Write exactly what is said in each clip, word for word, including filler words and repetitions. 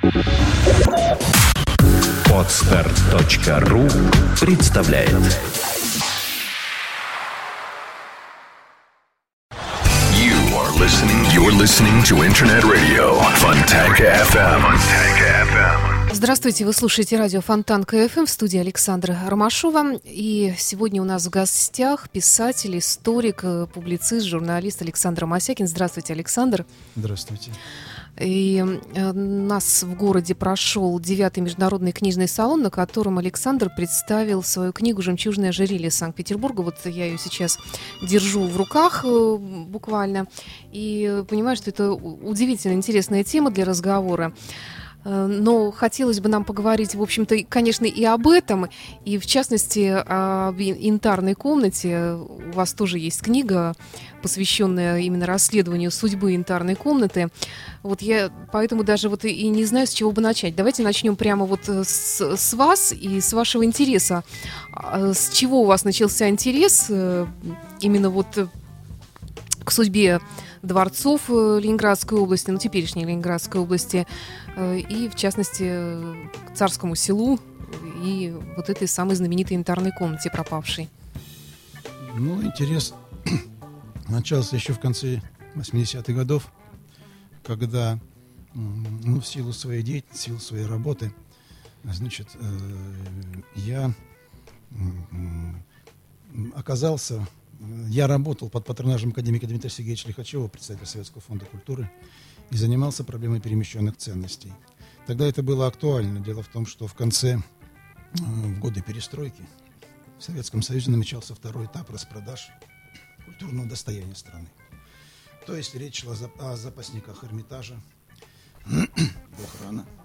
Подстер точка ру представляет. You are listening. You're listening to Internet Radio Fontanka эф эм. Fontanka эф эм. Здравствуйте, вы слушаете радио Фонтанка эф эм, в студии Александра Ромашова. И сегодня у нас в гостях писатель, историк, публицист, журналист Александр Мосякин. Здравствуйте, Александр. Здравствуйте. И у нас в городе прошел девятый международный книжный салон, на котором Александр представил свою книгу «Жемчужное ожерелье Санкт-Петербурга». Вот я ее сейчас держу в руках буквально и понимаю, что это удивительно интересная тема для разговора. Но хотелось бы нам поговорить, в общем-то, конечно, и об этом, и, в частности, об янтарной комнате. У вас тоже есть книга, посвященная именно расследованию судьбы янтарной комнаты. Вот я поэтому даже вот и не знаю, с чего бы начать. Давайте начнем прямо вот с, с вас и с вашего интереса. С чего у вас начался интерес именно вот к судьбе дворцов Ленинградской области, ну, теперешней Ленинградской области, и, в частности, к Царскому селу и вот этой самой знаменитой янтарной комнате пропавшей? Ну, интерес начался еще в конце восьмидесятых годов, когда, ну, в силу своей деятельности, в силу своей работы, значит, я оказался... Я работал под патронажем академика Дмитрия Сергеевича Лихачева, председателя Советского фонда культуры, и занимался проблемой перемещенных ценностей. Тогда это было актуально. Дело в том, что в конце, в годы перестройки, в Советском Союзе намечался второй этап распродаж культурного достояния страны. То есть речь шла о запасниках Эрмитажа, Гохрана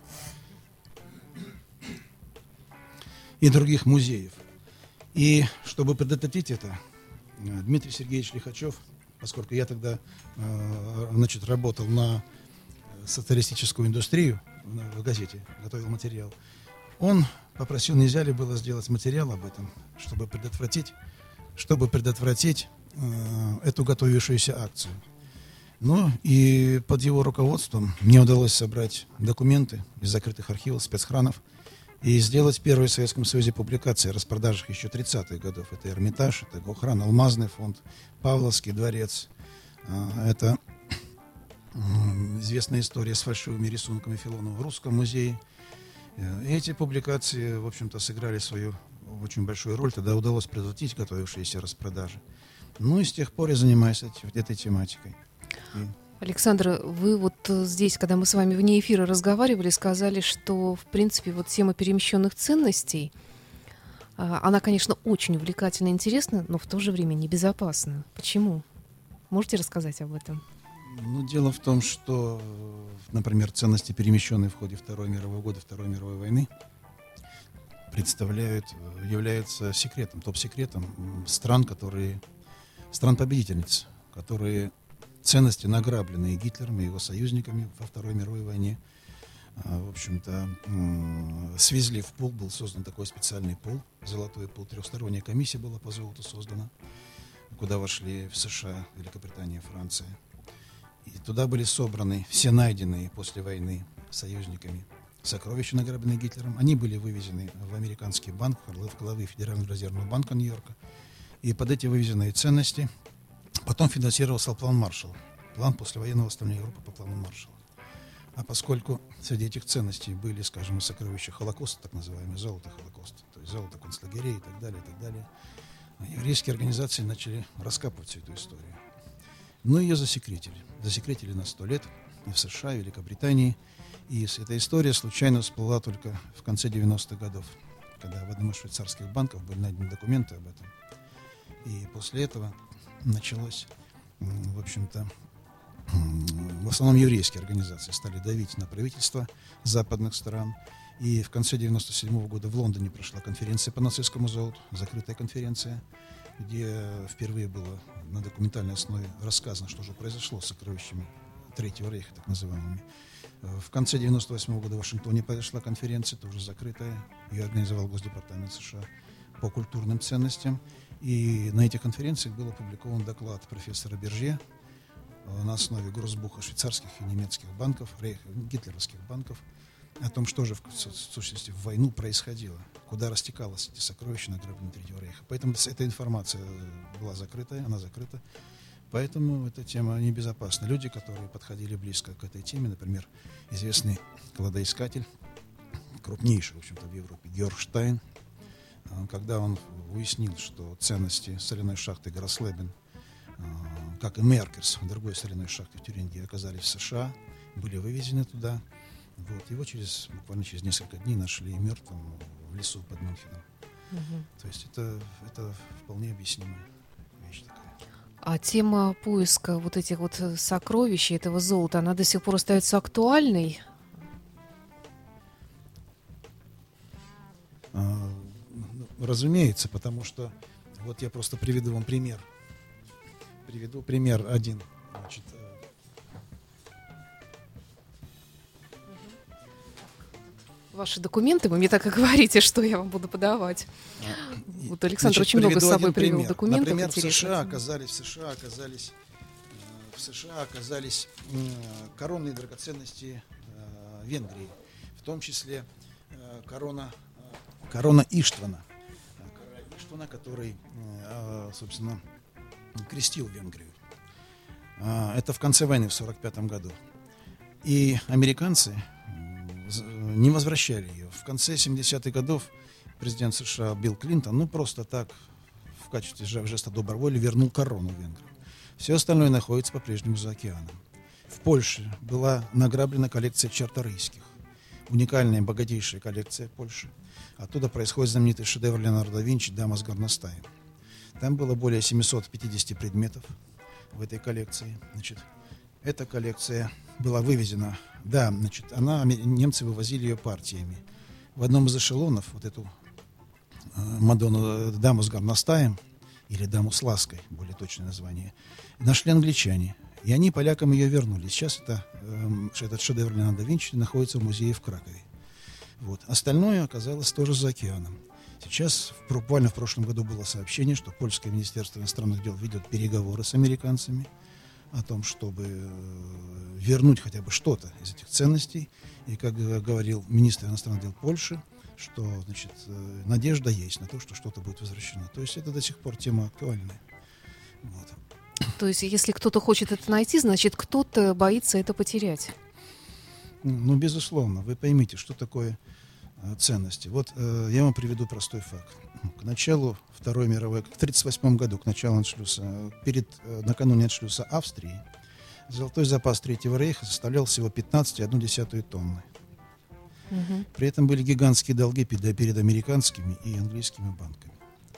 и других музеев. И чтобы предотвратить это, Дмитрий Сергеевич Лихачев, поскольку я тогда э, значит, работал на социалистическую индустрию в газете, готовил материал, он попросил, нельзя ли было сделать материал об этом, чтобы предотвратить, чтобы предотвратить э, эту готовившуюся акцию. Ну и под его руководством мне удалось собрать документы из закрытых архивов, спецхранов, и сделать первую в Советском Союзе публикации о распродажах еще тридцатых годов. Это Эрмитаж, это Гохран, Алмазный фонд, Павловский дворец. Это известная история с фальшивыми рисунками Филонова в Русском музее. Эти публикации, в общем-то, сыграли свою очень большую роль. Тогда удалось предотвратить готовившиеся распродажи. Ну и с тех пор я занимаюсь этой тематикой. Александр, вы вот здесь, когда мы с вами вне эфира разговаривали, сказали, что, в принципе, вот тема перемещенных ценностей, она, конечно, очень увлекательна и интересна, но в то же время небезопасна. Почему? Можете рассказать об этом? Ну, дело в том, что, например, ценности, перемещенные в ходе Второй мировой года, Второй мировой войны, представляют, являются секретом, топ-секретом стран, которые, стран-победительниц, которые... Ценности, награбленные Гитлером и его союзниками во Второй мировой войне, в общем-то, свезли в пул. Был создан такой специальный пул, золотой пул. Трехсторонняя комиссия была по золоту создана, куда вошли в США, Великобритания, Франция. И туда были собраны все найденные после войны союзниками сокровища, награбленные Гитлером. Они были вывезены в американский банк, в главы Федерального резервного банка Нью-Йорка. И под эти вывезенные ценности потом финансировался план Маршалла. План послевоенного восстановления Европы по плану Маршалла. А поскольку среди этих ценностей были, скажем, и сокровища Холокоста, так называемое золото Холокоста, то есть золото концлагерей и так далее, и так далее, еврейские организации начали раскапывать всю эту историю. Но ее засекретили. Засекретили на сто лет и в США, и в Великобритании. И эта история случайно всплыла только в конце девяностых годов, когда в одном из швейцарских банков были найдены документы об этом. И после этого началось, в общем-то, в основном еврейские организации стали давить на правительства западных стран. И в конце девяносто седьмого года в Лондоне прошла конференция по нацистскому золоту, закрытая конференция, где впервые было на документальной основе рассказано, что же произошло с сокровищами Третьего рейха, так называемыми. В конце девяносто восьмого года в Вашингтоне произошла конференция, тоже закрытая. Ее организовал Госдепартамент США по культурным ценностям. И на этих конференциях был опубликован доклад профессора Бержье на основе гроссбуха швейцарских и немецких банков, рейх, гитлеровских банков, о том, что же в, в сущности в войну происходило, куда растекалось эти сокровища награбленные Третьего рейха. Поэтому эта информация была закрытая, она закрыта. Поэтому эта тема небезопасна. Люди, которые подходили близко к этой теме, например, известный кладоискатель, крупнейший, в общем-то, в Европе, Георг Штайн, когда он уяснил, что ценности соляной шахты Грослебен, как и Меркерс, другой соляной шахты в Тюрингии, оказались в США, были вывезены туда. Вот, его через, буквально через несколько дней нашли мертвым в лесу под Мюнхеном. Угу. То есть это, это вполне объяснимая вещь такая. А тема поиска вот этих вот сокровищ, этого золота, она до сих пор остается актуальной? А, ну, разумеется, потому что вот я просто приведу вам пример. Приведу пример один. Значит, Ваши документы, вы мне так и говорите, что я вам буду подавать. А, вот Александр значит, очень много с собой привел пример. документов. Например, в интересных. США оказались, в США оказались, в США оказались коронные драгоценности Венгрии, в том числе корона, корона Иштвана, короля Иштвана, который, собственно, крестил Венгрию. Это в конце войны, в сорок пятом году. И американцы не возвращали ее. В конце семидесятых годов президент США Билл Клинтон, ну просто так, в качестве жеста доброй воли, вернул корону Венгрии. Все остальное находится по-прежнему за океаном. В Польше была награблена коллекция Чарторийских. Уникальная, богатейшая коллекция Польши. Оттуда происходит знаменитый шедевр Леонардо да Винчи «Дама с горностаем». Там было более семьсот пятьдесят предметов в этой коллекции. Значит, эта коллекция была вывезена, да, значит, она, немцы вывозили ее партиями. В одном из эшелонов вот эту э, Мадонну, даму с горностаем, или даму с лаской, более точное название, нашли англичане. И они полякам ее вернули. Сейчас это, э, этот шедевр Леонардо да Винчи находится в музее в Кракове. Вот. Остальное оказалось тоже за океаном. Сейчас, буквально в прошлом году было сообщение, что польское министерство иностранных дел ведет переговоры с американцами о том, чтобы вернуть хотя бы что-то из этих ценностей. И, как говорил министр иностранных дел Польши, что, значит, надежда есть на то, что что-то будет возвращено. То есть это до сих пор тема актуальная. Вот. То есть если кто-то хочет это найти, значит, кто-то боится это потерять. Ну, безусловно. Вы поймите, что такое ценности. Вот э, я вам приведу простой факт. К началу Второй мировой, в тысяча девятьсот тридцать восьмом году, к началу аншлюса, перед, э, накануне аншлюса Австрии, золотой запас Третьего рейха составлял всего пятнадцать целых одну десятую тонны. Угу. При этом были гигантские долги перед, перед американскими и английскими банками.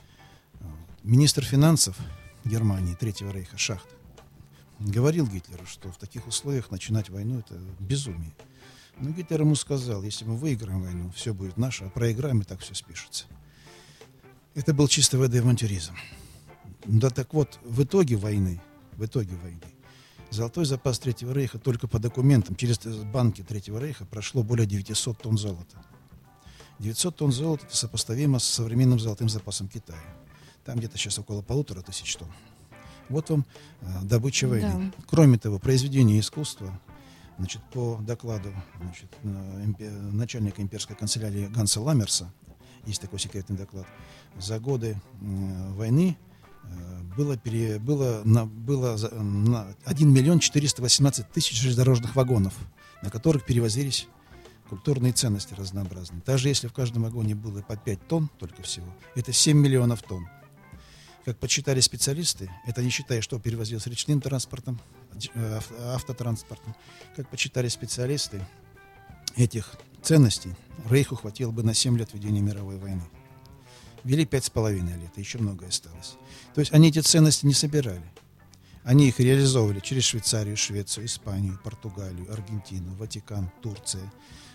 Министр финансов Германии Третьего рейха Шахт говорил Гитлеру, что в таких условиях начинать войну — это безумие. Но Гитлер ему сказал: если мы выиграем войну, все будет наше, а проиграем, и так все спишется. Это был чистой воды авантюризм. Да так вот, в итоге войны, в итоге войны, золотой запас Третьего рейха только по документам через банки Третьего рейха прошло более девятисот тонн золота. девятьсот тонн золота — это сопоставимо с современным золотым запасом Китая. Там где-то сейчас около полутора тысяч тонн. Вот вам э, добыча войны. Да. Кроме того, произведение искусства, значит, по докладу, значит, импе, начальника имперской канцелярии Ганса Ламмерса, есть такой секретный доклад, за годы э, войны э, было, пере, было, на, было за, на один миллион четыреста восемнадцать тысяч железнодорожных вагонов, на которых перевозились культурные ценности разнообразные. Даже если в каждом вагоне было по пять тонн только всего, это семь миллионов тонн. Как подсчитали специалисты, это не считая, что перевозилось речным транспортом, автотранспортом, как подсчитали специалисты, этих ценностей Рейху хватило бы на семь лет ведения мировой войны. Вели пять с половиной лет, и еще многое осталось. То есть они эти ценности не собирали. Они их реализовывали через Швейцарию, Швецию, Испанию, Португалию, Аргентину, Ватикан, Турция.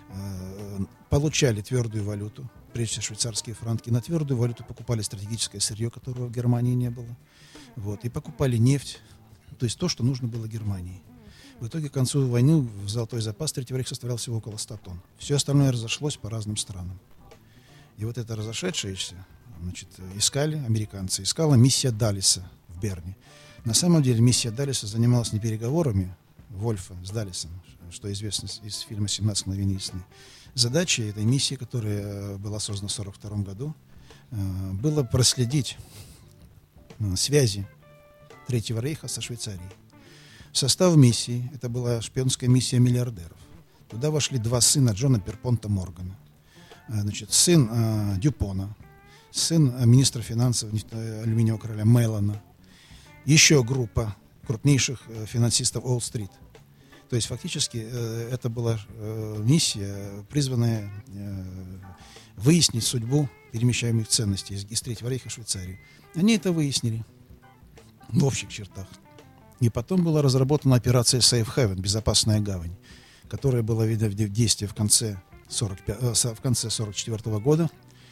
Получали твердую валюту, прежде всего швейцарские франки. На твердую валюту покупали стратегическое сырье, которого в Германии не было. Вот, и покупали нефть, то есть то, что нужно было Германии. В итоге к концу войны золотой запас Третьего рейха составлял всего около ста тонн. Все остальное разошлось по разным странам. И вот это разошедшееся, значит, искали американцы, искала миссия Даллеса в Берне. На самом деле миссия Даллеса занималась не переговорами Вольфа с Даллесом, что известно из фильма «семнадцать мгновений весны», Задача этой миссии, которая была создана в сорок втором году, было проследить связи Третьего рейха со Швейцарией. В состав миссии, это была шпионская миссия миллиардеров, туда вошли два сына Джона Перпонта Моргана, значит, сын э, Дюпона, сын э, министра финансов э, алюминиевого короля Меллона, еще группа крупнейших э, финансистов Уолл-стрит. То есть фактически э, это была э, миссия, призванная э, выяснить судьбу перемещаемых ценностей из, из Третьего рейха в Швейцарию. Они это выяснили в общих чертах. И потом была разработана операция Safe Haven, безопасная гавань, которая была введена в действие в конце сорок пятого, в конце сорок четвёртого года,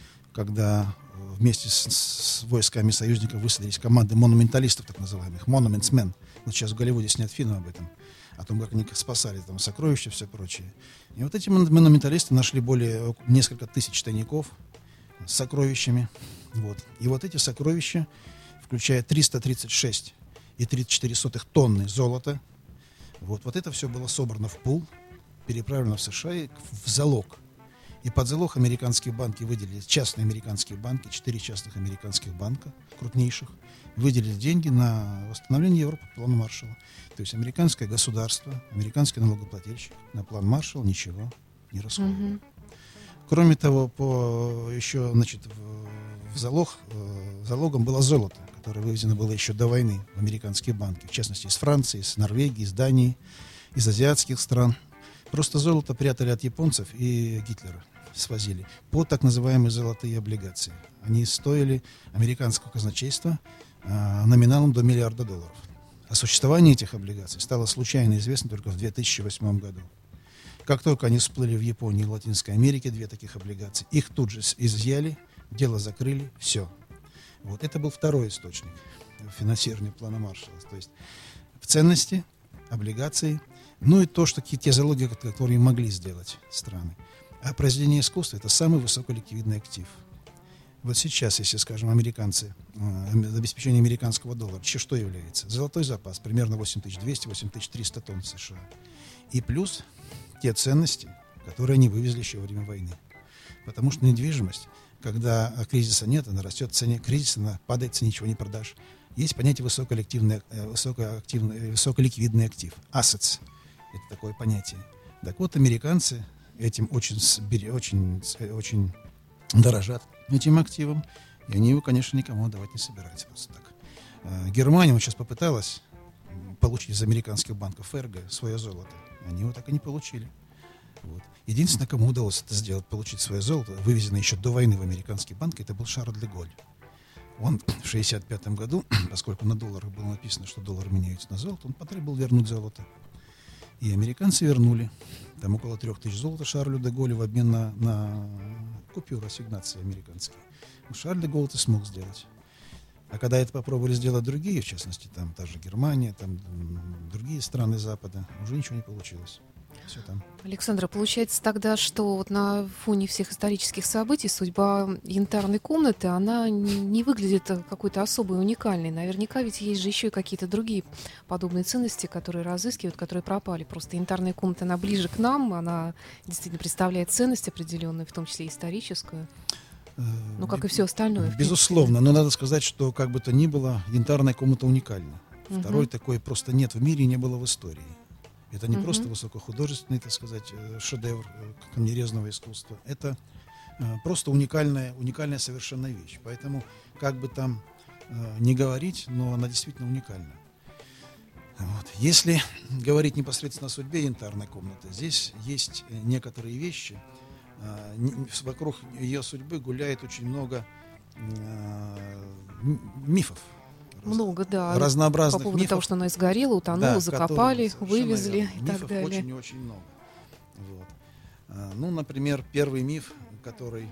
когда вместе с, с войсками союзников высадились команды монументалистов, так называемых, Monuments Men. Вот сейчас в Голливуде снят фильм об этом, о том, как они спасали там сокровища и все прочее. И вот эти монументалисты нашли более несколько тысяч тайников с сокровищами. Вот. И вот эти сокровища, включая триста тридцать шесть и тридцать четыре сотых тонны золота, вот, вот это все было собрано в пул, переправлено в США и в залог. И под залог американские банки выделили, частные американские банки, четыре частных американских банка, крупнейших, выделили деньги на восстановление Европы по плану Маршалла. То есть американское государство, американский налогоплательщик на план Маршалла ничего не расходовал. Mm-hmm. Кроме того, по, еще, значит, в, в залог, э, залогом было золото, которое вывезено было еще до войны в американские банки, в частности, из Франции, из Норвегии, из Дании, из азиатских стран. Просто золото прятали от японцев и Гитлера свозили по так называемые золотые облигации. Они стоили американского казначейства э, номиналом до миллиарда долларов. О существовании этих облигаций стало случайно известно только в две тысячи восьмом году. Как только они всплыли в Японии и Латинской Америке, две таких облигации, их тут же изъяли, дело закрыли, все. Вот это был второй источник финансирования плана Маршалла. То есть в ценности, облигации, ну и то, что те залоги, которые могли сделать страны. А произведение искусства – это самый высоколиквидный актив. Вот сейчас, если, скажем, американцы, э, обеспечение американского доллара, еще что является? Золотой запас, примерно восемь тысяч двести - восемь тысяч триста тонн в США. И плюс те ценности, которые они вывезли еще во время войны. Потому что недвижимость, когда кризиса нет, она растет в цене, кризис, она падает в цене, ничего не продашь. Есть понятие высоколиквидный, высокоактивный, высоколиквидный актив. Assets – это такое понятие. Так вот, американцы этим очень, очень, очень дорожат, этим активом, и они его, конечно, никому отдавать не собираются просто так. Германия вот сейчас попыталась получить из американских банков Эрго свое золото. Они его так и не получили. Вот. Единственное, кому удалось это сделать, получить свое золото, вывезенное еще до войны в американский банк, это был Шарль де Голль. Он в шестьдесят пятом году, поскольку на долларах было написано, что доллары меняются на золото, он потребовал вернуть золото. И американцы вернули. Там около трех тысяч золота Шарлю де Голлю в обмен на, на купюры, ассигнации американские. Шарль де Голль это смог сделать. А когда это попробовали сделать другие, в частности, там та же Германия, там другие страны Запада, уже ничего не получилось. Все там. Александра, получается тогда, что вот на фоне всех исторических событий судьба янтарной комнаты, она не выглядит какой-то особой, уникальной. Наверняка ведь есть же еще и какие-то другие подобные ценности, которые разыскивают, которые пропали. Просто янтарная комната, она ближе к нам, она действительно представляет ценность определенную, в том числе историческую. Ну, как и все остальное. Безусловно, но надо сказать, что как бы то ни было, янтарная комната уникальна. Второй угу. такой просто нет в мире и не было в истории. Это не угу. просто высокохудожественный, так сказать, шедевр камнерезного искусства. Это просто уникальная, уникальная совершенно вещь. Поэтому, как бы там э, не говорить, но она действительно уникальна. Вот. Если говорить непосредственно о судьбе янтарной комнаты, здесь есть некоторые вещи. Вокруг ее судьбы гуляет очень много э, мифов. Много, да. Разнообразных по поводу мифов. того, что она сгорела, утонула, да, закопали, вывезли верно. и Мифов так далее. очень и очень много. Вот. А, ну, например, первый миф, который,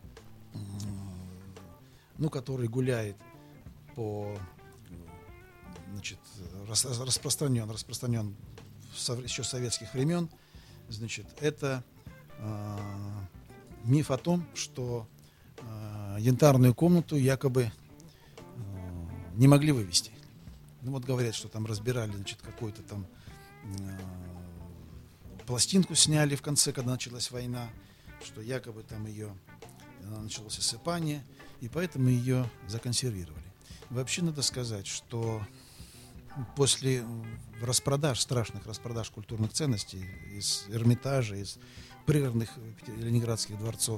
ну, который гуляет по, значит, рас, распространен, распространен еще с советских времен, значит, это а, миф о том, что а, янтарную комнату якобы не могли вывести. Ну вот говорят, что там разбирали, значит, какую-то там э, пластинку сняли в конце, когда началась война. что якобы там ее началось осыпание, и поэтому ее законсервировали. Вообще надо сказать, что после распродаж, страшных распродаж культурных ценностей из Эрмитажа, из пригородных ленинградских дворцов,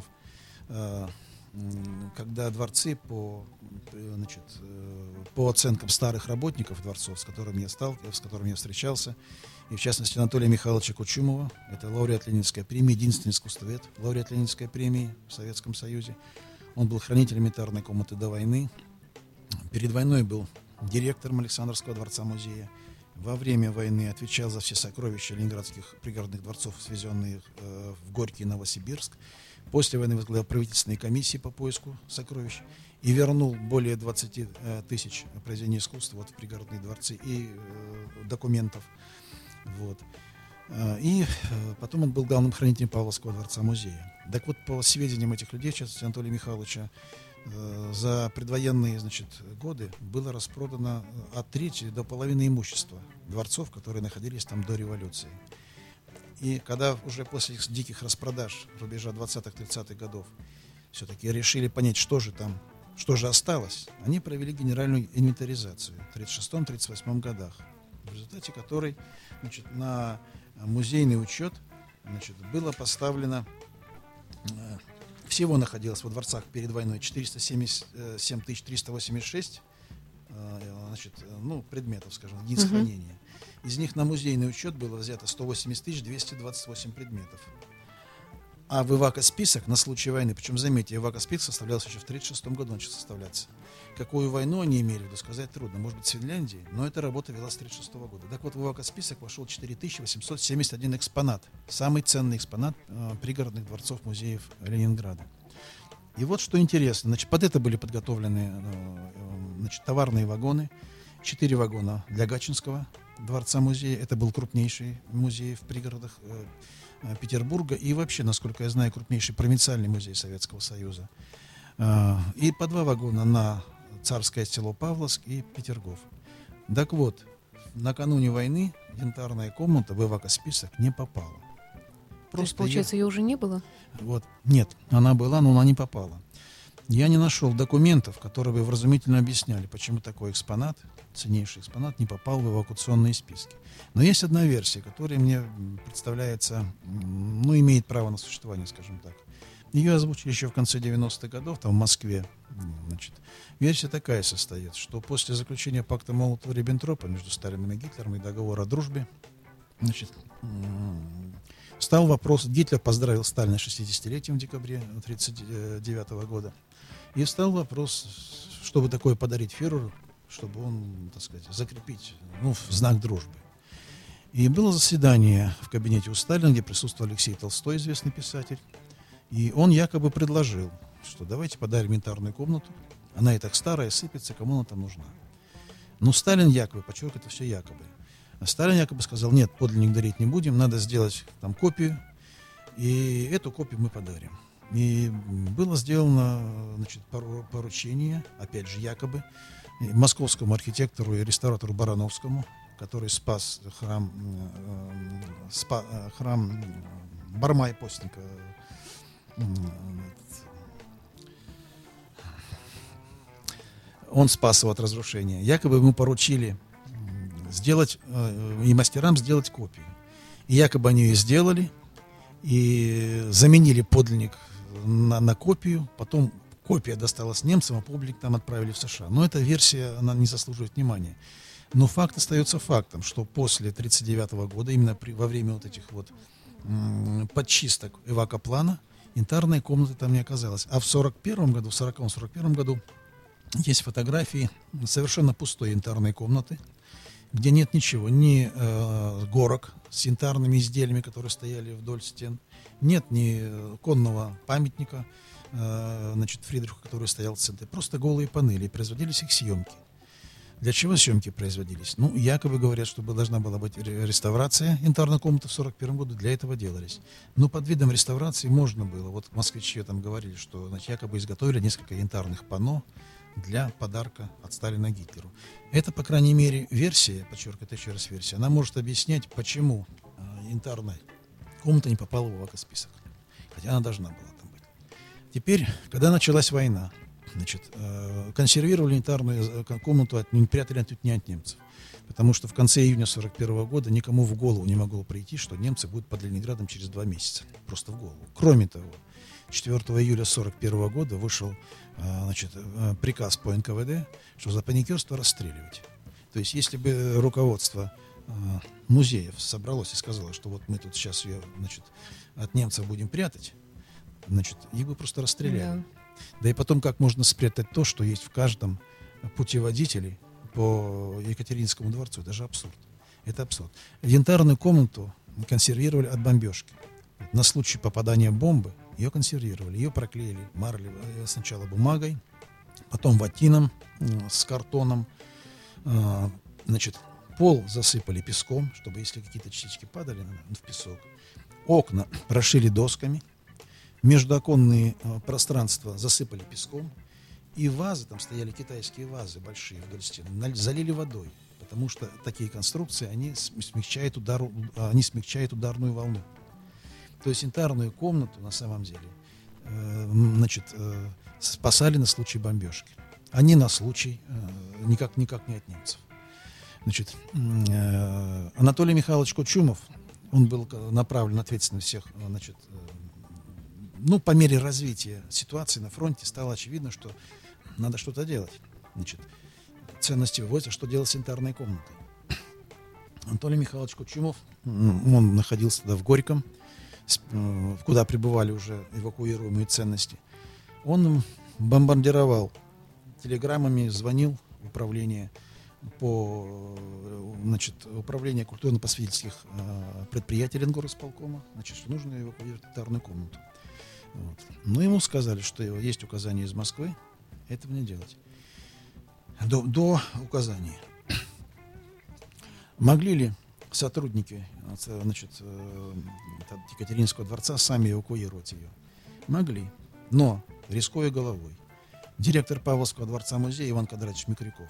когда дворцы по, значит, по оценкам старых работников дворцов, с которыми я сталкивался, с которыми я встречался, и в частности Анатолия Михайловича Кучумова, это лауреат Ленинской премии, единственный искусствовед, лауреат Ленинской премии в Советском Союзе. Он был хранителем инвентарной комнаты до войны. Перед войной был директором Александровского дворца-музея. Во время войны отвечал за все сокровища ленинградских пригородных дворцов, свезенные э, в Горький и Новосибирск. После войны возглавлял правительственные комиссии по поиску сокровищ и вернул более двадцати э, тысяч произведений искусства вот, в пригородные дворцы и э, документов. Вот. Э, и э, потом он был главным хранителем Павловского дворца-музея. Так вот, по сведениям этих людей, в частности Анатолия Михайловича, э, за предвоенные, значит, годы было распродано от трети до половины имущества дворцов, которые находились там до революции. И когда уже после диких распродаж рубежа двадцатых-тридцатых годов все-таки решили понять, что же там, что же осталось, они провели генеральную инвентаризацию в тридцать шестом — тридцать восьмом годах, в результате которой, значит, на музейный учет, значит, было поставлено, э, всего находилось во дворцах перед войной четыреста семьдесят семь тысяч триста восемьдесят шесть э, значит, ну, предметов, скажем, единиц Угу. хранения. Из них на музейный учет было взято сто восемьдесят тысяч двести двадцать восемь предметов. А в эвакосписок на случай войны, причем, заметьте, эвакосписок составлялся еще в тридцать шестом году, начал составляться. Какую войну они имели в виду, сказать трудно. Может быть, с Финляндией, но эта работа велась с тридцать шестого года. Так вот, в эвакосписок вошел четыре тысячи восемьсот семьдесят один экспонат. Самый ценный экспонат э, пригородных дворцов, музеев Ленинграда. И вот что интересно. Значит, под это были подготовлены э, значит, товарные вагоны. Четыре вагона для Гатчинского дворца-музея. Это был крупнейший музей в пригородах э, э, Петербурга и вообще, насколько я знаю, крупнейший провинциальный музей Советского Союза. Э, и по два вагона на Царское село Павловск и Петергоф. Так вот, накануне войны янтарная комната в эвакосписок не попала. То есть, получается, ее уже не было? Вот, нет, она была, но она не попала. Я не нашел документов, которые бы вразумительно объясняли, почему такой экспонат, ценнейший экспонат, не попал в эвакуационные списки. Но есть одна версия, которая мне представляется, ну, имеет право на существование, скажем так. Ее озвучили еще в конце девяностых годов, там в Москве. Значит, версия такая состоит, что после заключения пакта Молотова-Риббентропа между Сталиным и Гитлером и договора о дружбе, значит, стал вопрос, Гитлер поздравил Сталина с шестидесятилетием в декабре тысяча девятьсот тридцать девятого года, и встал вопрос, чтобы такое подарить фюреру, чтобы он, так сказать, закрепить, ну, в знак дружбы. И было заседание в кабинете у Сталина, где присутствовал Алексей Толстой, известный писатель, и он якобы предложил, что давайте подарим янтарную комнату, она и так старая, сыпется, кому она там нужна. Но Сталин якобы, подчеркивает, это все якобы. А Сталин якобы сказал, нет, подлинник дарить не будем, надо сделать там копию, и эту копию мы подарим. И было сделано, значит, поручение, опять же якобы, московскому архитектору и реставратору Барановскому, который спас храм, спа, храм Барма и Постника. Он спас его от разрушения. Якобы ему поручили сделать, и мастерам сделать копию. И якобы они ее сделали, и заменили подлинник на, на копию, потом копия досталась немцам, а подлинник там отправили в США. Но эта версия, она не заслуживает внимания. Но факт остается фактом, что после тысяча девятьсот тридцать девятого года, именно при, во время вот этих вот м- подчисток эвакоплана, янтарной комнаты там не оказалось. А в сорок первом году, в сороковом — сорок первом году есть фотографии совершенно пустой янтарной комнаты, где нет ничего, ни э, горок с янтарными изделиями, которые стояли вдоль стен, нет ни конного памятника, э, значит, Фридриху, который стоял в центре, просто голые панели, и производились их съемки. Для чего съемки производились? Ну, якобы говорят, что должна была быть реставрация янтарной комнаты в сорок первом году, для этого делались. Но под видом реставрации можно было, вот москвичи там говорили, что, значит, якобы изготовили несколько янтарных панно для подарка от Сталина Гитлеру. Это, по крайней мере, версия, подчеркиваю, это еще раз версия, она может объяснять, почему э, янтарная комната не попала в эвакосписок. хотя она должна была там быть. Теперь, когда началась война, значит, консервировали янтарную комнату, от, прятали от, не от немцев. Потому что в конце июня сорок первого года никому в голову не могло прийти, что немцы будут под Ленинградом через два месяца. Просто в голову. Кроме того, четвёртого июля сорок первого года вышел значит, приказ по эн ка вэ дэ, что за паникерство расстреливать. То есть, если бы руководство музеев собралось и сказало, что вот мы тут сейчас ее, значит, от немцев будем прятать, значит, их бы просто расстреляли. Да. Да и потом, как можно спрятать то, что есть в каждом путеводителе по Екатерининскому дворцу? Это же абсурд. Это абсурд. Янтарную комнату консервировали от бомбежки. На случай попадания бомбы ее консервировали, ее проклеили марлей, сначала бумагой, потом ватином с картоном. Значит, пол засыпали песком, чтобы если какие-то частички падали в песок. Окна прошили досками. Междуоконные э, пространства засыпали песком, и вазы, там стояли китайские вазы большие вдоль стен, залили водой, потому что такие конструкции, они смягчают, удар, они смягчают ударную волну. То есть янтарную комнату, на самом деле, э, значит, э, спасали на случай бомбежки, а не на случай э, никак, никак не от немцев. Значит, э, Анатолий Михайлович Кучумов, он был направлен ответственно всех, значит, ну, по мере развития ситуации на фронте стало очевидно, что надо что-то делать. Значит, ценности вывозят, что делать с янтарной комнатой. Анатолий Михайлович Кучумов, он находился тогда в Горьком, куда прибывали уже эвакуируемые ценности. Он бомбардировал телеграммами, звонил в управление по, значит, управление культурно-просветительских предприятий Ленгорисполкома, значит, что нужно эвакуировать янтарную комнату. Вот. Но ему сказали, что есть указания из Москвы, этого не делать. До, до указания. Могли ли сотрудники, значит, Екатерининского дворца сами эвакуировать ее? Могли, но рискуя головой. Директор Павловского дворца-музея Иван Кондратьевич Микряков,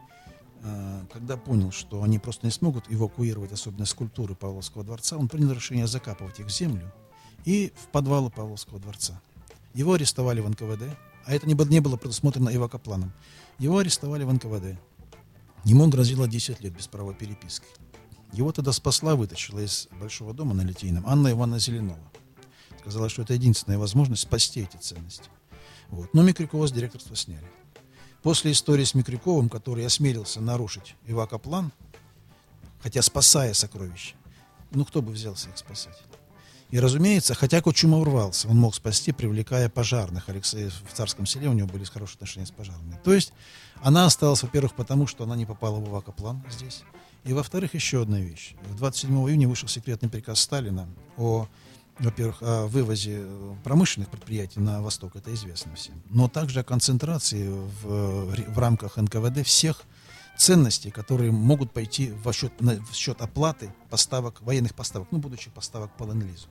когда понял, что они просто не смогут эвакуировать, особенно скульптуры Павловского дворца, он принял решение закапывать их в землю и в подвалы Павловского дворца. Его арестовали в эн ка вэ дэ, а это не было предусмотрено эвакопланом. Его арестовали в эн ка вэ дэ. Ему грозило десять лет без права переписки. Его тогда спасла, вытащила из Большого дома на Литейном Анна Ивановна Зеленова. Сказала, что это единственная возможность спасти эти ценности. Вот. Но Микрякова с директорства сняли. После истории с Микряковым, который осмелился нарушить эвакоплан, хотя спасая сокровища, ну кто бы взялся их спасать? И, разумеется, хотя Кучумов рвался, он мог спасти, привлекая пожарных. Алексей в Царском Селе, у него были хорошие отношения с пожарными. То есть она осталась, во-первых, потому, что она не попала в эвакоплан здесь. И, во-вторых, еще одна вещь. двадцать седьмого июня вышел секретный приказ Сталина о, во-первых, о вывозе промышленных предприятий на восток, это известно всем. Но также о концентрации в, в рамках эн ка вэ дэ всех ценностей, которые могут пойти в счет, в счет оплаты поставок, военных поставок, ну, будущих поставок по ленд-лизу.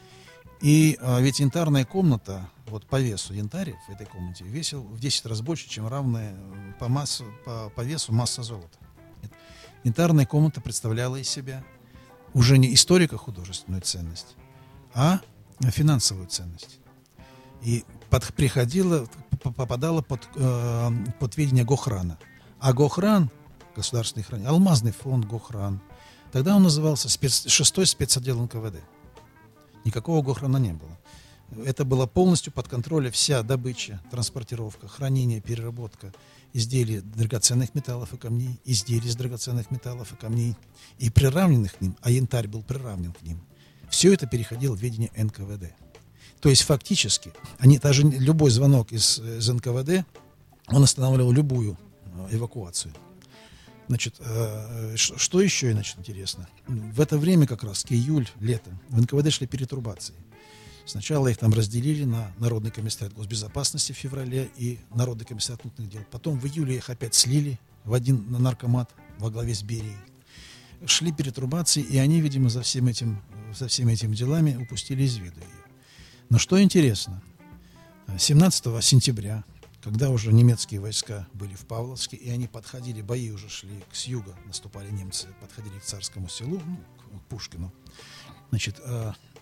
И а, ведь янтарная комната, вот по весу янтарь в этой комнате весил в десять раз больше, чем равная по, массу, по, по весу масса золота. Янтарная комната представляла из себя уже не историко-художественную ценность, а финансовую ценность. И под, приходила, попадала под, э, под ведение Гохрана. А Гохран, государственный хранитель, алмазный фонд Гохран, тогда он назывался спец, шестой спецотдел эн ка вэ дэ. Никакого Гохрана не было. Это была полностью под контролем вся добыча, транспортировка, хранение, переработка изделий драгоценных металлов и камней, изделий из драгоценных металлов и камней, и приравненных к ним, а янтарь был приравнен к ним. Все это переходило в ведение эн ка вэ дэ. То есть фактически, они, даже любой звонок из, из эн ка вэ дэ, он останавливал любую эвакуацию. Значит, э, что еще, значит, интересно? В это время, как раз, июль, лето, в эн ка вэ дэ шли перетрубации. Сначала их там разделили на Народный комиссариат госбезопасности в феврале и Народный комиссариат внутренних дел. Потом в июле их опять слили в один наркомат во главе с Берией. Шли перетрубации, и они, видимо, за всем этим, за всеми этими делами упустили из виду ее. Но что интересно, семнадцатого сентября, когда уже немецкие войска были в Павловске, и они подходили, бои уже шли с юга, наступали немцы, подходили к Царскому Селу, ну, к Пушкину. Значит,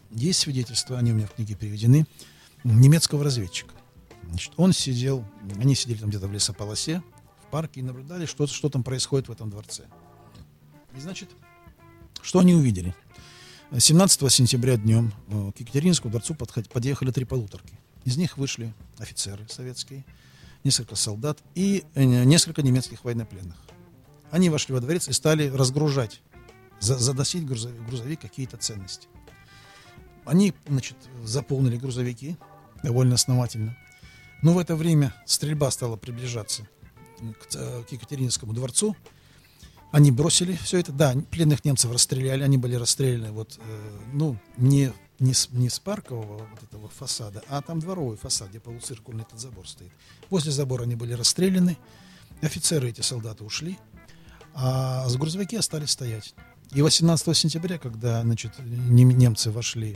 есть свидетельства, они у меня в книге переведены, немецкого разведчика. Значит, он сидел, они сидели там где-то в лесополосе, в парке и наблюдали, что, что там происходит в этом дворце. И, значит, что они увидели? семнадцатого сентября днем к Екатерининскому дворцу подъехали три полуторки. Из них вышли офицеры советские, несколько солдат и несколько немецких военнопленных. Они вошли во дворец и стали разгружать, заносить в грузовик, грузовик какие-то ценности. Они, значит, заполнили грузовики довольно основательно. Но в это время стрельба стала приближаться к, к Екатерининскому дворцу. Они бросили все это. Да, пленных немцев расстреляли. Они были расстреляны вот, э, ну, не, не, с, не с паркового вот этого фасада, а там дворовый фасад, где полуциркульный этот забор стоит. Возле забора они были расстреляны. Офицеры, эти солдаты, ушли. А с грузовики остались стоять. И восемнадцатого сентября, когда, значит, немцы вошли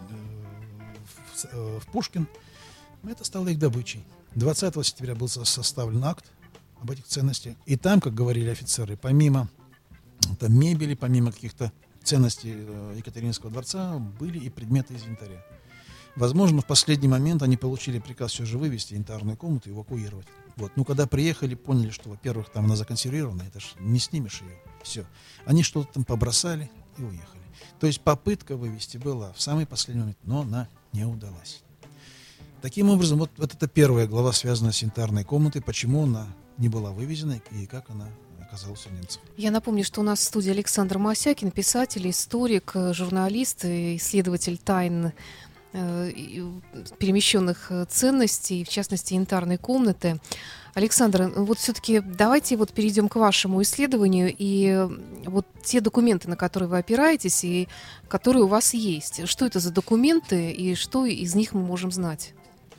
в, в Пушкин, это стало их добычей. двадцатого сентября был составлен акт об этих ценностях. И там, как говорили офицеры, помимо там, мебели, помимо каких-то ценностей Екатерининского дворца, были и предметы из янтаря. Возможно, в последний момент они получили приказ все же вывести янтарную комнату и эвакуировать. Вот. Но когда приехали, поняли, что, во-первых, там она законсервирована, это же не снимешь ее. Все. Они что-то там побросали и уехали. То есть попытка вывести была в самый последний момент, но она не удалась. Таким образом, вот, вот это первая глава, связанная с янтарной комнатой, почему она не была вывезена и как она оказалась у немцев. Я напомню, что у нас в студии Александр Мосякин, писатель, историк, журналист, исследователь тайн э, перемещенных ценностей, в частности, янтарной комнаты. Александр, вот все-таки давайте вот перейдем к вашему исследованию и вот те документы, на которые вы опираетесь и которые у вас есть. Что это за документы и что из них мы можем знать?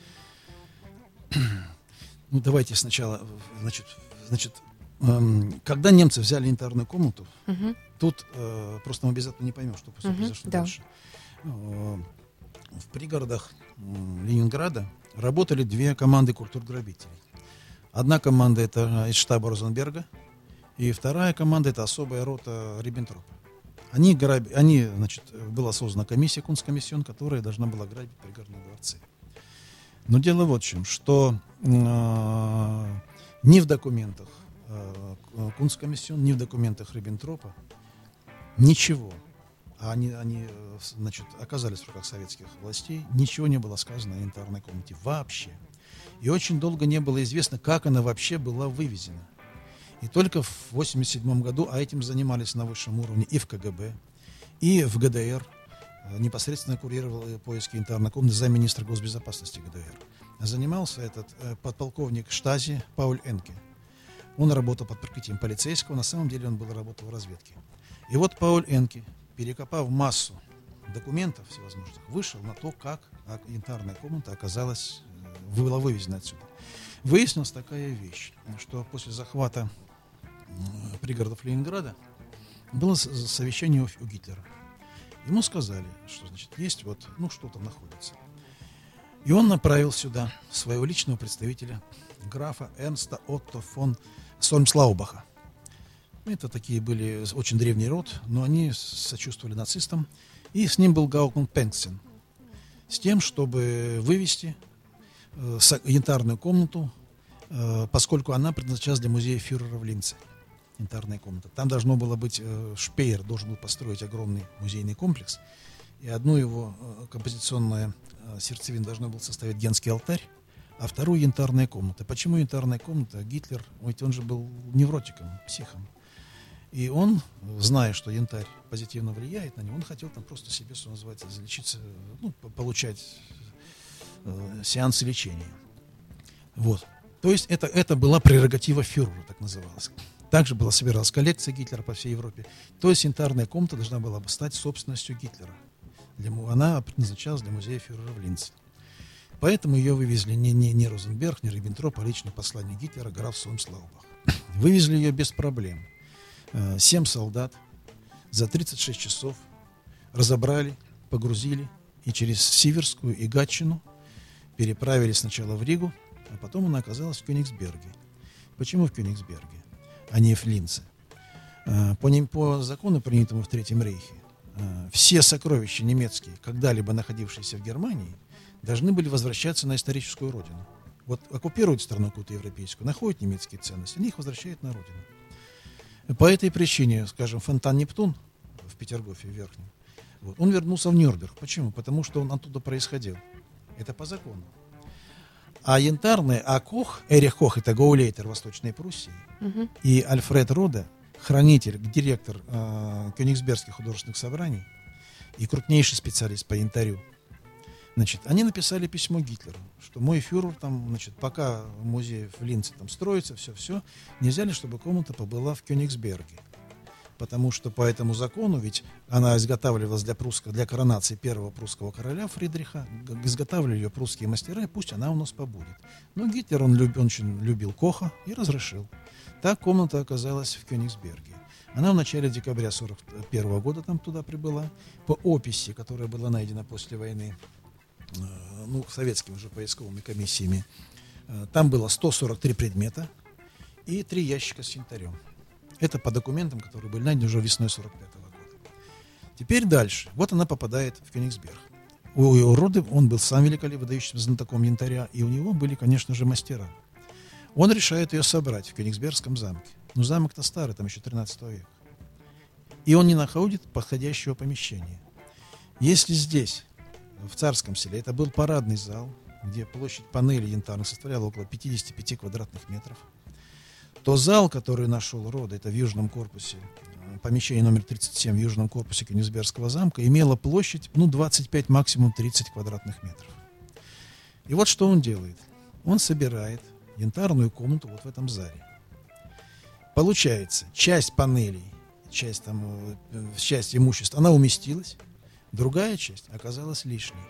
Ну, давайте сначала, значит, значит эм, когда немцы взяли янтарную комнату, угу. тут э, просто мы без этого не поймем, что угу, произошло да. дальше. Э, в пригородах э, Ленинграда работали две команды культурграбителей. Одна команда — это из штаба Розенберга, и вторая команда — это особая рота Риббентропа. Они, граб... Они, значит, была создана комиссия, Кунсткомиссион, которая должна была грабить пригородные дворцы. Но дело вот в чем, что э, ни в документах э, Кунсткомиссион, ни в документах Риббентропа ничего, а они, они значит, оказались в руках советских властей, ничего не было сказано о янтарной комнате вообще. И очень долго не было известно, как она вообще была вывезена. И только в восемьдесят седьмом году, а этим занимались на высшем уровне и в ка гэ бэ, и в гэ дэ эр, непосредственно курировал поиски янтарной комнаты замминистра госбезопасности гэ дэ эр. Занимался этот э, подполковник штази Пауль Энке. Он работал под прикрытием полицейского, на самом деле он был работал в разведке. И вот Пауль Энке, перекопав массу документов всевозможных, вышел на то, как янтарная комната оказалась, э, была вывезена отсюда. Выяснилась такая вещь, что после захвата э, пригородов Ленинграда было совещание у Гитлера. Ему сказали, что, значит, есть вот, ну, что там находится. И он направил сюда своего личного представителя, графа Эрнста Отто фон Сольмслаубаха. Это такие были очень древний род, но они сочувствовали нацистам. И с ним был Гаукман Пенксен. С тем, чтобы вывести э, янтарную комнату, э, поскольку она предназначалась для музея фюрера в Линце. Янтарная комната. Там должно было быть, э, Шпеер должен был построить огромный музейный комплекс, и одну его э, композиционную э, сердцевину должно был составить Генский алтарь, а вторую — янтарная комната. Почему янтарная комната? Гитлер, ведь он же был невротиком, психом. И он, зная, что янтарь позитивно влияет на него, он хотел там просто себе, что называется, залечиться, ну, получать э, сеансы лечения. Вот. То есть это, это была прерогатива фюрера, так называлась. Также была собиралась коллекция Гитлера по всей Европе. То есть янтарная комната должна была бы стать собственностью Гитлера. Для, она предназначалась для музея фюрера в Линце. Поэтому ее вывезли не, не, не Розенберг, не Риббентроп, а личный посланник Гитлера, граф Сольмслаубах. Вывезли ее без проблем. Семь солдат за тридцать шесть часов разобрали, погрузили и через Сиверскую и Гатчину переправили сначала в Ригу, а потом она оказалась в Кёнигсберге. Почему в Кёнигсберге, а не в Линце? По, по закону, принятому в Третьем рейхе, все сокровища немецкие, когда-либо находившиеся в Германии, должны были возвращаться на историческую родину. Вот оккупируют страну какую-то европейскую, находят немецкие ценности, они их возвращают на родину. По этой причине, скажем, фонтан Нептун в Петергофе в Верхнем, вот, он вернулся в Нюрнберг. Почему? Потому что он оттуда происходил. Это по закону. А янтарный, а Кох, Эрих Кох, это гаулейтер Восточной Пруссии, угу. и Альфред Роде, хранитель, директор э, Кёнигсбергских художественных собраний и крупнейший специалист по янтарю, значит, они написали письмо Гитлеру, что мой фюрер, там, значит, пока музей в Линце там строится, все-все, нельзя ли, чтобы комната побыла в Кёнигсберге? Потому что по этому закону, ведь она изготавливалась для, прусского, для коронации первого прусского короля Фридриха, изготавливали ее прусские мастера, и пусть она у нас побудет. Но Гитлер, он, люб, он очень любил Коха и разрешил. Так комната оказалась в Кёнигсберге. Она в начале декабря сорок первого года там туда прибыла. По описи, которая была найдена после войны, ну, советскими уже поисковыми комиссиями, там было сто сорок три предмета и три ящика с янтарем. Это по документам, которые были найдены уже весной сорок пятого года. Теперь дальше. Вот она попадает в Кёнигсберг. У Роде он был сам великолепным, выдающимся знатоком янтаря, и у него были, конечно же, мастера. Он решает ее собрать в Кёнигсбергском замке. Но замок-то старый, там еще тринадцатого века. И он не находит подходящего помещения. Если здесь, в Царском селе, это был парадный зал, где площадь панели янтарных составляла около пятьдесят пять квадратных метров, то зал, который нашел Роде, это в южном корпусе, помещение номер тридцать семь в южном корпусе Кёнигсбергского замка, имело площадь, ну, двадцать пять, максимум тридцать квадратных метров. И вот что он делает. Он собирает янтарную комнату вот в этом зале. Получается, часть панелей, часть, там, часть имущества, она уместилась, другая часть оказалась лишней.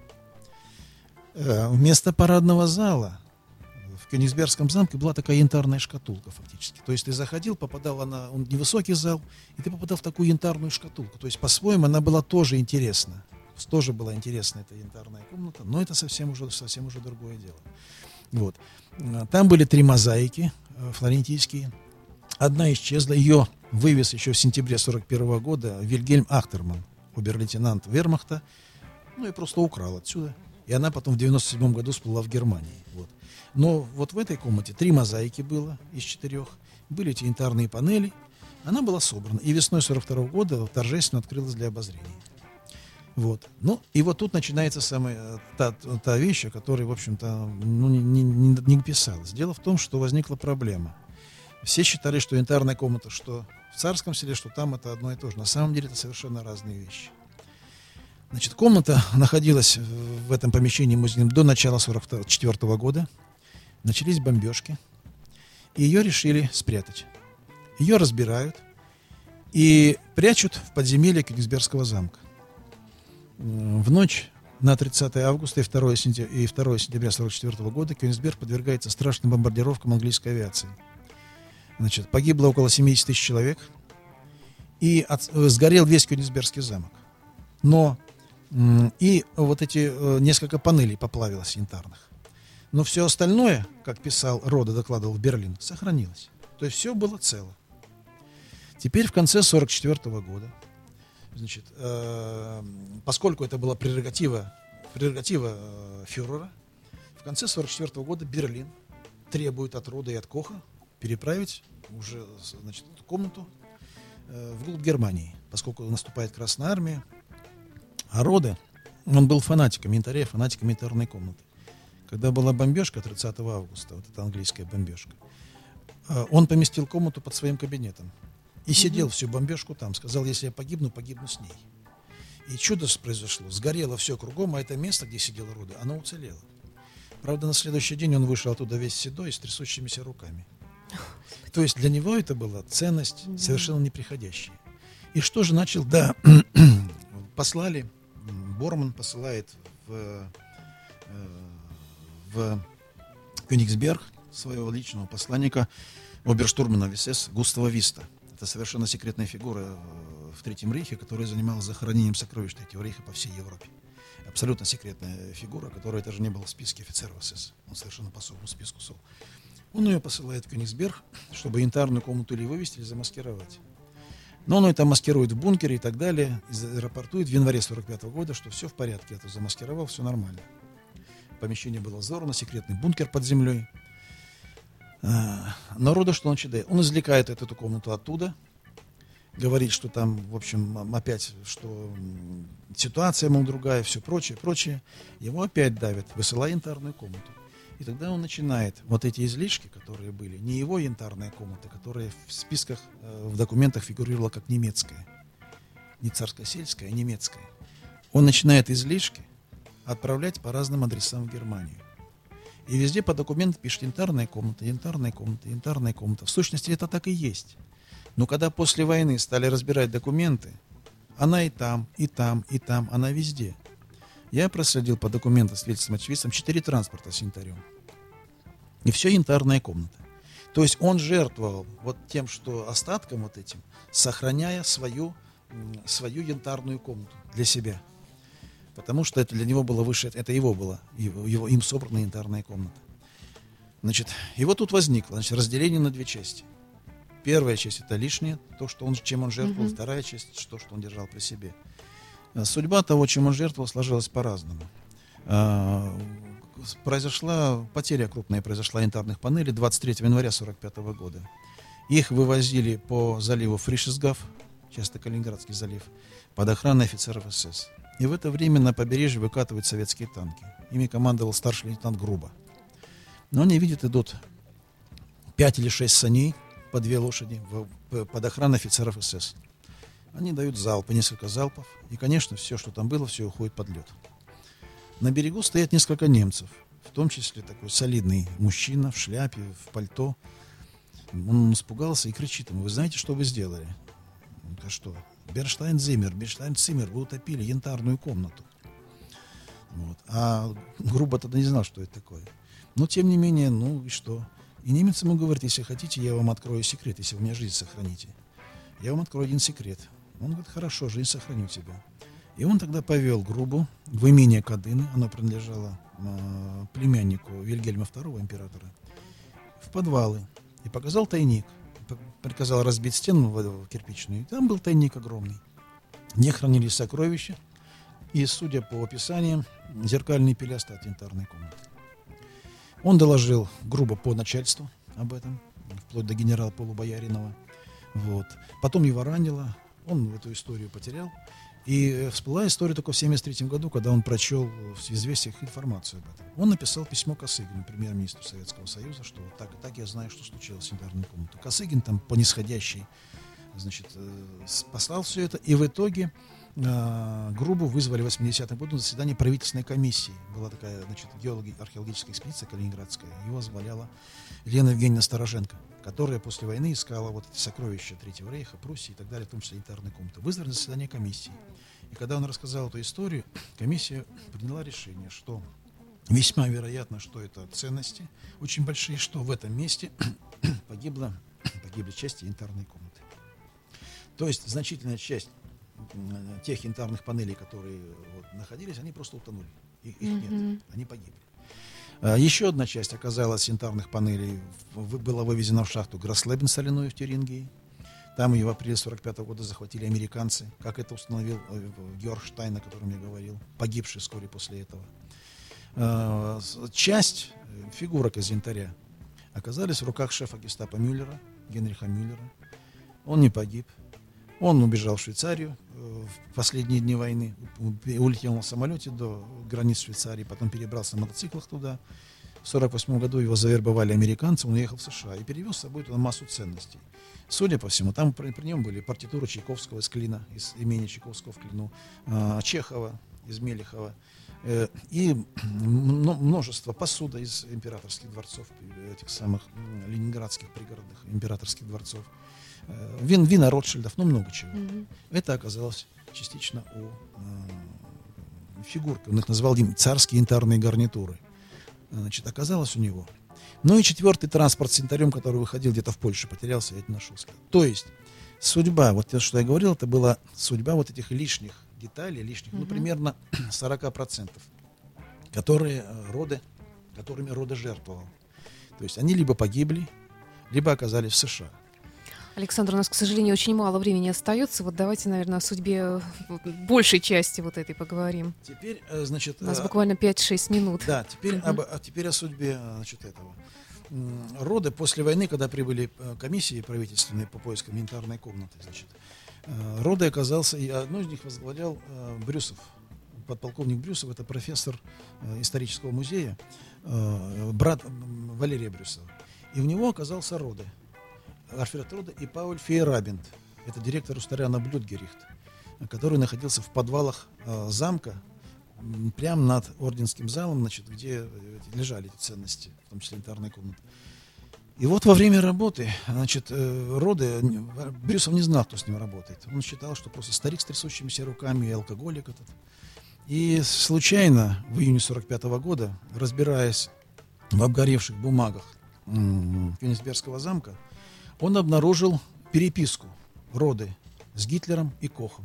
Вместо парадного зала в Кёнигсбергском замке была такая янтарная шкатулка фактически. То есть ты заходил, попадал на он невысокий зал, и ты попадал в такую янтарную шкатулку. То есть по-своему она была тоже интересна. Тоже была интересна эта янтарная комната, но это совсем уже, совсем уже другое дело. Вот. Там были три мозаики флорентийские. Одна исчезла, ее вывез еще в сентябре сорок первого года Вильгельм Ахтерман, обер-лейтенант вермахта, ну и просто украл отсюда. И она потом в девяносто седьмом году всплыла в Германии. Вот. Но вот в этой комнате три мозаики было из четырех, были эти янтарные панели, она была собрана. И весной сорок второго года торжественно открылась для обозрения. Вот. Ну, и вот тут начинается самая та, та вещь, о которой, в общем-то, ну, не, не, не писалось. Дело в том, что возникла проблема. Все считали, что янтарная комната, что в Царском селе, что там это одно и то же. На самом деле это совершенно разные вещи. Значит, комната находилась в этом помещении музея до начала сорок четвёртого года. Начались бомбежки, и ее решили спрятать. Ее разбирают и прячут в подземелье Кёнигсбергского замка. В ночь на тридцатое августа и второе сентября сорок четвёртого года Кёнигсберг подвергается страшным бомбардировкам английской авиации. Значит, погибло около семьдесят тысяч человек, и от, сгорел весь Кёнигсбергский замок. Но и вот эти несколько панелей поплавилось янтарных. Но все остальное, как писал Роде, докладывал в Берлин, сохранилось. То есть все было цело. Теперь в конце сорок четвёртого года, значит, э, поскольку это была прерогатива, прерогатива э, фюрера, в конце сорок четвёртого года Берлин требует от Роде и от Коха переправить уже, значит, эту комнату э, вглубь Германии, поскольку наступает Красная Армия. А Роде, он был фанатиком янтаря, фанатиком янтарной комнаты. Когда была бомбежка тридцатого августа, вот эта английская бомбежка, он поместил комнату под своим кабинетом и сидел всю бомбежку там. Сказал, если я погибну, погибну с ней. И чудо произошло. Сгорело все кругом, а это место, где сидел Роде, оно уцелело. Правда, на следующий день он вышел оттуда весь седой, с трясущимися руками. То есть для него это была ценность совершенно неприходящая. И что же начал? Да, послали, Борман посылает в... в Кёнигсберг своего личного посланника оберштурмана СС Густава Виста. Это совершенно секретная фигура в Третьем рейхе, которая занималась захоронением сокровищ Третьего рейха по всей Европе. Абсолютно секретная фигура, которая даже не была в списке офицеров СС. Он совершенно по особому списку шел. Он ее посылает в Кёнигсберг, чтобы янтарную комнату или вывести, или замаскировать. Но он это маскирует в бункере и так далее, и рапортует в январе сорок пятого года, что все в порядке, это замаскировал, все нормально. Помещение было взорвано, секретный бункер под землей. Народу что он читает? Он извлекает эту комнату оттуда, говорит, что там, в общем, опять, что ситуация, мол, другая, все прочее, прочее. Его опять давят, высылая янтарную комнату. И тогда он начинает вот эти излишки, которые были, не его янтарная комната, которая в списках, в документах фигурировала как немецкая, не царско-сельская, а немецкая. Он начинает излишки отправлять по разным адресам в Германию. И везде по документам пишет янтарная комната, янтарная комната, янтарная комната. В сущности, это так и есть. Но когда после войны стали разбирать документы, она и там, и там, и там, она везде. Я проследил по документам, свидетельствам, очевидцам, четыре транспорта с янтарем. И все янтарная комната. То есть он жертвовал вот тем, что остатком вот этим, сохраняя свою, свою янтарную комнату для себя. Потому что это для него было выше, это его было, его, его, им собранная янтарная комната. Значит, и вот тут возникло, значит, разделение на две части. Первая часть — это лишнее, то, что он, чем он жертвовал. Mm-hmm. Вторая часть — то, что он держал при себе. Судьба того, чем он жертвовал, сложилась по-разному. Произошла потеря крупная, произошла янтарных панелей двадцать третьего января сорок пятого года. Их вывозили по заливу Фришесгаф, часто Калининградский залив, под охраной офицеров СС. И в это время на побережье выкатывают советские танки. Ими командовал старший лейтенант Груба. Но они видят, идут пять или шесть саней по две лошади в, под охраной офицеров СС. Они дают залпы, несколько залпов. И, конечно, все, что там было, все уходит под лед. На берегу стоят несколько немцев. В том числе такой солидный мужчина в шляпе, в пальто. Он испугался и кричит ему: вы знаете, что вы сделали? Он говорит: что? Берштайн-Зиммер, Берштайн-Циммер, вы утопили янтарную комнату. Вот. А Грубо тогда не знал, что это такое. Но, тем не менее, ну и что? И немец ему говорит: если хотите, я вам открою секрет, если вы мне жизнь сохраните. Я вам открою один секрет. Он говорит: хорошо, жизнь сохраню тебя. И он тогда повел Грубу в имение Кадыны, оно принадлежало э, племяннику Вильгельма второго, императора, в подвалы, и показал тайник. Приказал разбить стену кирпичную, и там был тайник огромный, где хранились сокровища, и, судя по описаниям, зеркальный пилястат янтарной комнаты. Он доложил Грубо по начальству об этом, вплоть до генерала Полубояринова. Вот. Потом его ранило, он эту историю потерял. И всплыла история только в семьдесят третьем году, когда он прочел в известиях информацию об этом. Он написал письмо Косыгину, премьер-министру Советского Союза, что так и так я знаю, что случилось с янтарной комнатой. Косыгин там по нисходящей, значит, послал все это, и в итоге э, Грубу вызвали в восьмидесятом году на заседание правительственной комиссии. Была такая, значит, геологи-археологическая экспедиция калининградская, его возглавляла Елена Евгеньевна Староженко, которая после войны искала вот эти сокровища Третьего рейха, Пруссии и так далее, в том числе янтарной комнаты. Вызвали на заседание комиссии. И когда он рассказал эту историю, комиссия приняла решение, что весьма вероятно, что это ценности очень большие, что в этом месте погибло, погибли части янтарной комнаты. То есть значительная часть тех янтарных панелей, которые вот находились, они просто утонули. Их, их нет, mm-hmm. они погибли. Еще одна часть оказалась янтарных панелей, была вывезена в шахту Гросслебен соляную в Тюрингии. Там ее в апреле сорок пятого года захватили американцы, как это установил Георг Штайн, о котором я говорил, погибший вскоре после этого. Часть фигурок из янтаря оказались в руках шефа гестапо Мюллера, Генриха Мюллера. Он не погиб. Он убежал в Швейцарию в последние дни войны, улетел на самолете до границ Швейцарии, потом перебрался на мотоциклах туда. В сорок восьмом году его завербовали американцы, он уехал в США и перевез с собой туда массу ценностей. Судя по всему, там при, при нем были партитуры Чайковского из Клина, из имени Чайковского в Клину, э, Чехова из Мелехова, э, и множество посуда из императорских дворцов, этих самых э, ленинградских пригородных императорских дворцов. Вин, вина Ротшильдов, ну много чего. Mm-hmm. Это оказалось частично у э, фигурки. Он их назвал царские янтарные гарнитуры. Значит, оказалось у него. Ну и четвертый транспорт с янтарем, который выходил где-то в Польше, потерялся, я это нашел. То есть судьба, вот то, что я говорил, это была судьба вот этих лишних деталей, лишних, mm-hmm. ну, примерно сорок процентов, которые роды, которыми роды жертвовал. То есть они либо погибли, либо оказались в США. Александр, у нас, к сожалению, очень мало времени остается. Вот давайте, наверное, о судьбе большей части вот этой поговорим. Теперь, значит... У нас буквально пять-шесть минут. Да, теперь, uh-huh. об, а теперь о судьбе, значит, этого. Роды после войны, когда прибыли комиссии правительственные по поискам янтарной комнаты, значит, Роды оказался, и одну из них возглавлял Брюсов, подполковник Брюсов, это профессор исторического музея, брат Валерия Брюсова. И у него оказался Роды, Альфред Роды и Пауль Фейерабенд, это директор Устаряна Блюдгерихт, который находился в подвалах замка, прямо над Орденским залом, значит, где лежали эти ценности, в том числе янтарная комната. И вот во время работы, значит, Роды, Брюсов не знал, кто с ним работает. Он считал, что просто старик с трясущимися руками и алкоголик этот. И случайно в июне сорок пятого года, разбираясь в обгоревших бумагах Кёнигсбергского замка, он обнаружил переписку Роды с Гитлером и Кохом.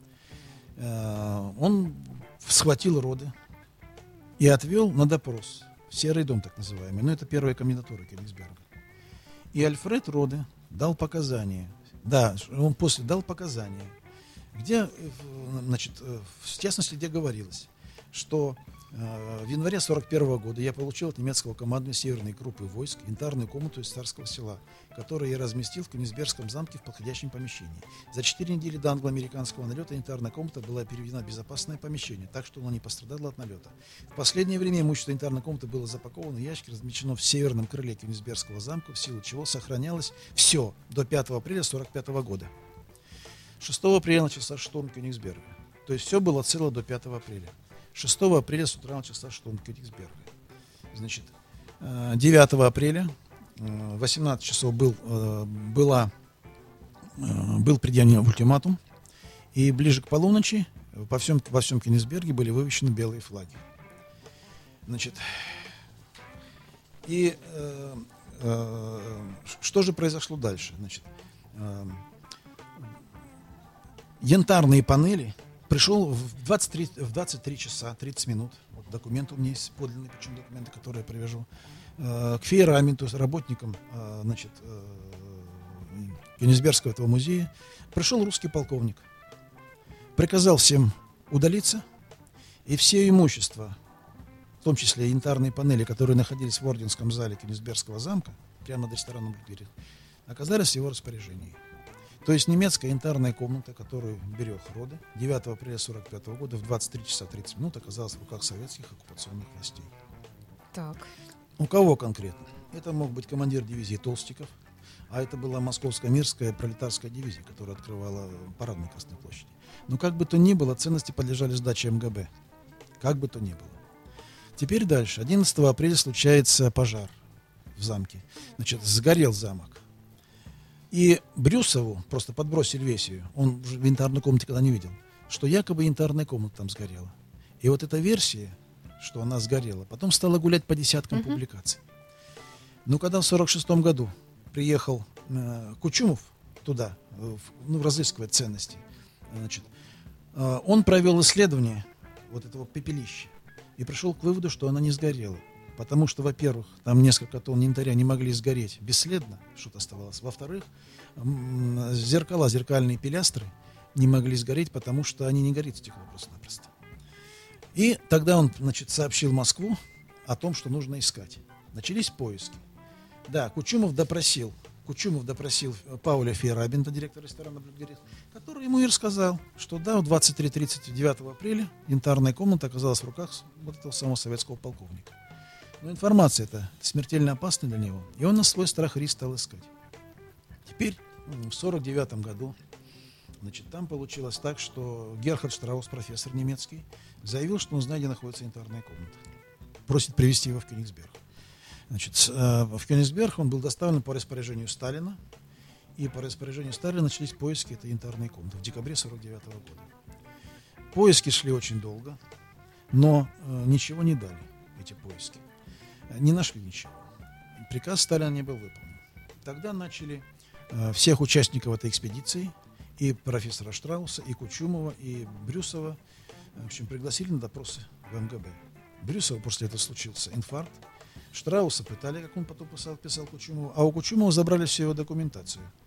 Он схватил Роды и отвел на допрос в Серый дом, так называемый. Но это первая комендатура Кёнигсберга. И Альфред Роды дал показания. Да, он после дал показания, где, значит, в частности, где говорилось, что в январе сорок первого года я получил от немецкого командования Северной группы войск янтарную комнату из царского села, которую я разместил в Кёнигсбергском замке в подходящем помещении. За четыре недели до англо-американского налета янтарная комната была переведена в безопасное помещение, так что она не пострадала от налета. В последнее время имущество янтарной комнаты было запаковано в ящики, размещено в северном крыле Кёнигсбергского замка, в силу чего сохранялось все до пятого апреля сорок пятого года. шестого апреля начался штурм Кёнигсберга. То есть все было цело до пятого апреля. шестого апреля с утра начался штурм Кёнигсберга. Значит, девятого апреля в восемнадцать часов был, была, был предъявлен ультиматум, и ближе к полуночи во всем, во всем Кёнигсберге были вывешены белые флаги. Значит, и э, э, что же произошло дальше? Значит, э, янтарные панели. Пришел в двадцать три, в двадцать три часа тридцать минут, вот документ у меня есть, подлинные, причем документы, которые я привяжу, э, к Фейерабенду, работникам э, значит, э, Кёнигсбергского этого музея, пришел русский полковник, приказал всем удалиться, и все имущество, в том числе янтарные панели, которые находились в Орденском зале Кёнигсбергского замка, прямо над рестораном Блюдгерихт, оказались в его распоряжении. То есть немецкая янтарная комната, которую берег Роды, девятого апреля сорок пятого года в двадцать три часа тридцать минут оказалась в руках советских оккупационных властей. Так. У кого конкретно? Это мог быть командир дивизии Толстиков, а это была Московская Мирская пролетарская дивизия, которая открывала парад на Красной площади. Но как бы то ни было, ценности подлежали сдаче эм гэ бэ. Как бы то ни было. Теперь дальше. одиннадцатого апреля случается пожар в замке. Значит, сгорел замок. И Брюсову просто подбросили версию, он в янтарной комнате когда не видел, что якобы янтарная комната там сгорела. И вот эта версия, что она сгорела, потом стала гулять по десяткам uh-huh. публикаций. Но когда в сорок шестом году приехал э, Кучумов туда, э, ну, разыскивать ценности, значит, э, он провел исследование вот этого пепелища и пришел к выводу, что она не сгорела. Потому что, во-первых, там несколько тонн янтаря не могли сгореть бесследно, что-то оставалось. Во-вторых, зеркала, зеркальные пилястры не могли сгореть, потому что они не горят стекло просто-напросто. И тогда он, значит, сообщил Москву о том, что нужно искать. Начались поиски. Да, Кучумов допросил, Кучумов допросил Пауля Фейерабенда, директора ресторана Блюдгерихт, который ему и рассказал, что да, в двадцать три тридцать девятого апреля янтарная комната оказалась в руках вот этого самого советского полковника. Но информация эта смертельно опасна для него, и он на свой страх и риск стал искать. Теперь, в сорок девятом году, значит, там получилось так, что Герхард Штраус, профессор немецкий, заявил, что он знает, где находится янтарная комната. Просит привезти его в Кёнигсберг. Значит, в Кёнигсберг он был доставлен по распоряжению Сталина, и по распоряжению Сталина начались поиски этой янтарной комнаты в декабре сорок девятого года. Поиски шли очень долго, но ничего не дали, эти поиски. Не нашли ничего. Приказ Сталина не был выполнен. Тогда начали э, всех участников этой экспедиции, и профессора Штрауса, и Кучумова, и Брюсова, в общем, пригласили на допросы в эм гэ бэ. Брюсова после этого случился инфаркт. Штрауса пытали, как он потом писал, писал Кучумову, а у Кучумова забрали всю его документацию.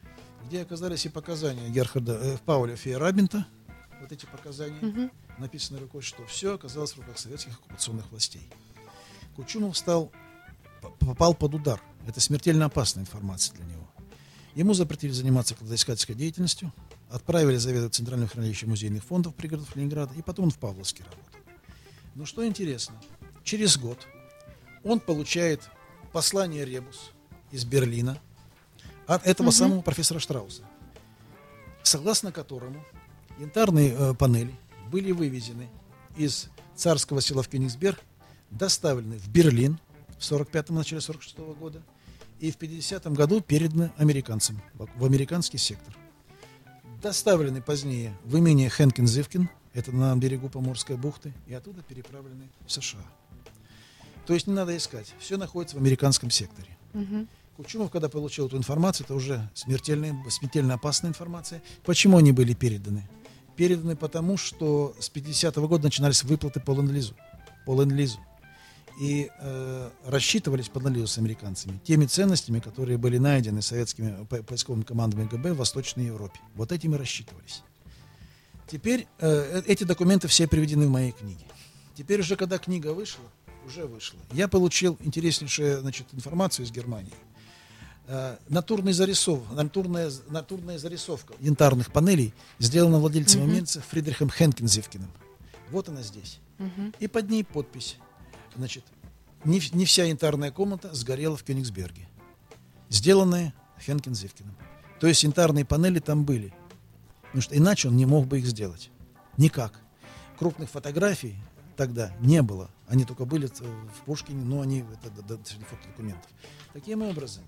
где оказались и показания Герхарда э, Пауля Фейерабента. Вот эти показания, угу. написаны рукой, что все оказалось в руках советских оккупационных властей. Кучумов стал, попал под удар. Это смертельно опасная информация для него. Ему запретили заниматься кладоискательской деятельностью, отправили заведовать Центральным хранилищем музейных фондов пригородов Ленинграда, и потом он в Павловске работал. Но что интересно, через год он получает послание Ребус из Берлина от этого угу. самого профессора Штрауса, согласно которому янтарные э, панели были вывезены из царского села в Кёнигсберг, доставлены в Берлин в сорок пятом, начале сорок шестого года и в пятидесятом году переданы американцам в, в американский сектор. Доставлены позднее в имение Хенкин-Зывкин, это на берегу Поморской бухты, и оттуда переправлены в США. То есть не надо искать, все находится в американском секторе. Угу. Кучумов, когда получил эту информацию, это уже смертельная, смертельно опасная информация. Почему они были переданы? Переданы потому, что с пятидесятого года начинались выплаты по ленд-лизу. По ленд-лизу. И э, рассчитывались по ленд-лизу с американцами теми ценностями, которые были найдены советскими поисковыми командами ГБ в Восточной Европе. Вот этими рассчитывались. Теперь э, эти документы все приведены в моей книге. Теперь уже, когда книга вышла, уже вышла, я получил интереснейшую, значит, информацию из Германии. Uh, натурный зарисов, натурная, натурная зарисовка янтарных панелей сделана владельцем uh-huh. немца Фридрихом Хенкин-Зывкиным. Вот она здесь. Uh-huh. И под ней подпись. Значит, не, не вся янтарная комната сгорела в Кёнигсберге. Сделанная Хенкин-Зывкиным. То есть янтарные панели там были. Потому что иначе он не мог бы их сделать. Никак. Крупных фотографий тогда не было. Они только были в Пушкине, но они это среди фотодокументов. Таким образом,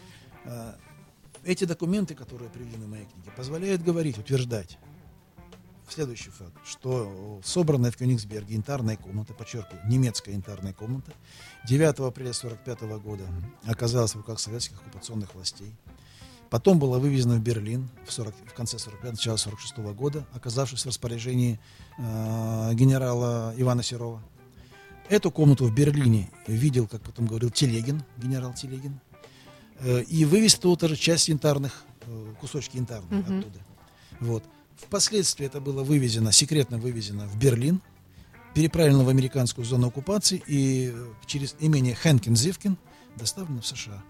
эти документы, которые приведены в моей книге, позволяют говорить, утверждать следующий факт, что собранная в Кёнигсберге янтарная комната, подчеркиваю, немецкая янтарная комната, девятого апреля сорок пятого года оказалась в руках советских оккупационных властей. Потом была вывезена в Берлин в, сорок, в конце сорок пятого, начало сорок шестого года, оказавшись в распоряжении э, генерала Ивана Серова. Эту комнату в Берлине видел, как потом говорил, Телегин, генерал Телегин. И вывез туда тоже часть янтарных, кусочки янтарных uh-huh. оттуда. Вот. Впоследствии это было вывезено, секретно вывезено в Берлин, переправлено в американскую зону оккупации и через имение Хенкин-Зывкин доставлено в США.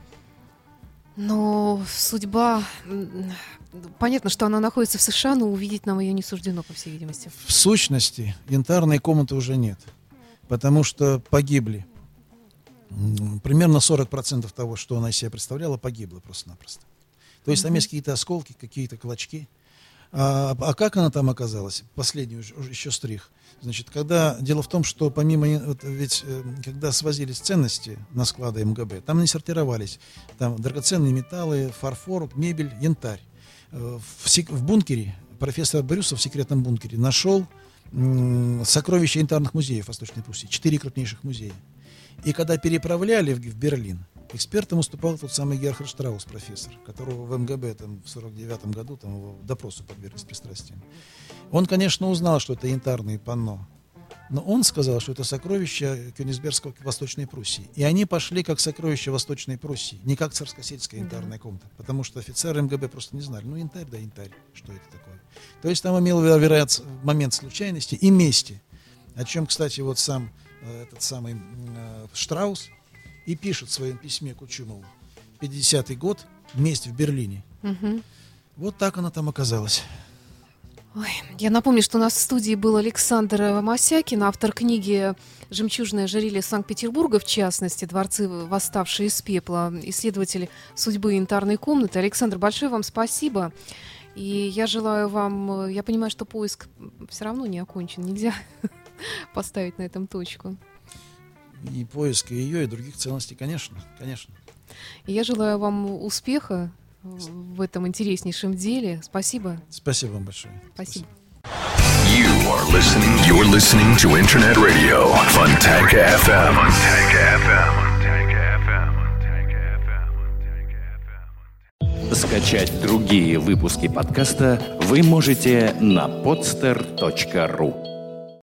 Но судьба... Понятно, что она находится в США, но увидеть нам ее не суждено, по всей видимости. В сущности, янтарной комнаты уже нет, потому что погибли. Примерно сорок процентов того, что она из себя представляла, погибло просто-напросто. То есть mm-hmm. там есть какие-то осколки, какие-то клочки. А, а как она там оказалась? Последний уже, еще штрих. Значит, когда дело в том, что помимо, вот, ведь когда свозились ценности на склады эм гэ бэ, там не сортировались. Там драгоценные металлы, фарфор, мебель, янтарь. В, в бункере профессор Брюсов в секретном бункере нашел м, сокровища янтарных музеев Восточной Пруссии, четыре крупнейших музея. И когда переправляли в, в Берлин, экспертом выступал тот самый Герхард Штраус, профессор, которого в эм гэ бэ там, в сорок девятом году там, его допросу подвергли с пристрастием. Он, конечно, узнал, что это янтарные панно, но он сказал, что это сокровища Кёнигсбергского Восточной Пруссии. И они пошли как сокровища Восточной Пруссии, не как царскосельская янтарная комната, потому что офицеры эм гэ бэ просто не знали. Ну, янтарь, да янтарь, что это такое. То есть там имел вероятность момент случайности и мести, о чем, кстати, вот сам этот самый э, Штраус и пишет в своем письме Кучумову. пятидесятый год, месть в Берлине. Угу. Вот так она там оказалась. Ой, я напомню, что у нас в студии был Александр Мосякин, автор книги «Жемчужное ожерелье Санкт-Петербурга», в частности, «Дворцы, восставшие из пепла», исследователь судьбы янтарной комнаты. Александр, большое вам спасибо. И я желаю вам... Я понимаю, что поиск все равно не окончен. Нельзя поставить на этом точку. И поиск и ее, и других ценностей, конечно, конечно. И я желаю вам успеха в этом интереснейшем деле. Спасибо. Спасибо вам большое. Спасибо. You are listening, you're listening to Internet Radio, Fontanka эф эм. Fontanka эф эм. Скачать другие выпуски подкаста вы можете на podster точка ру.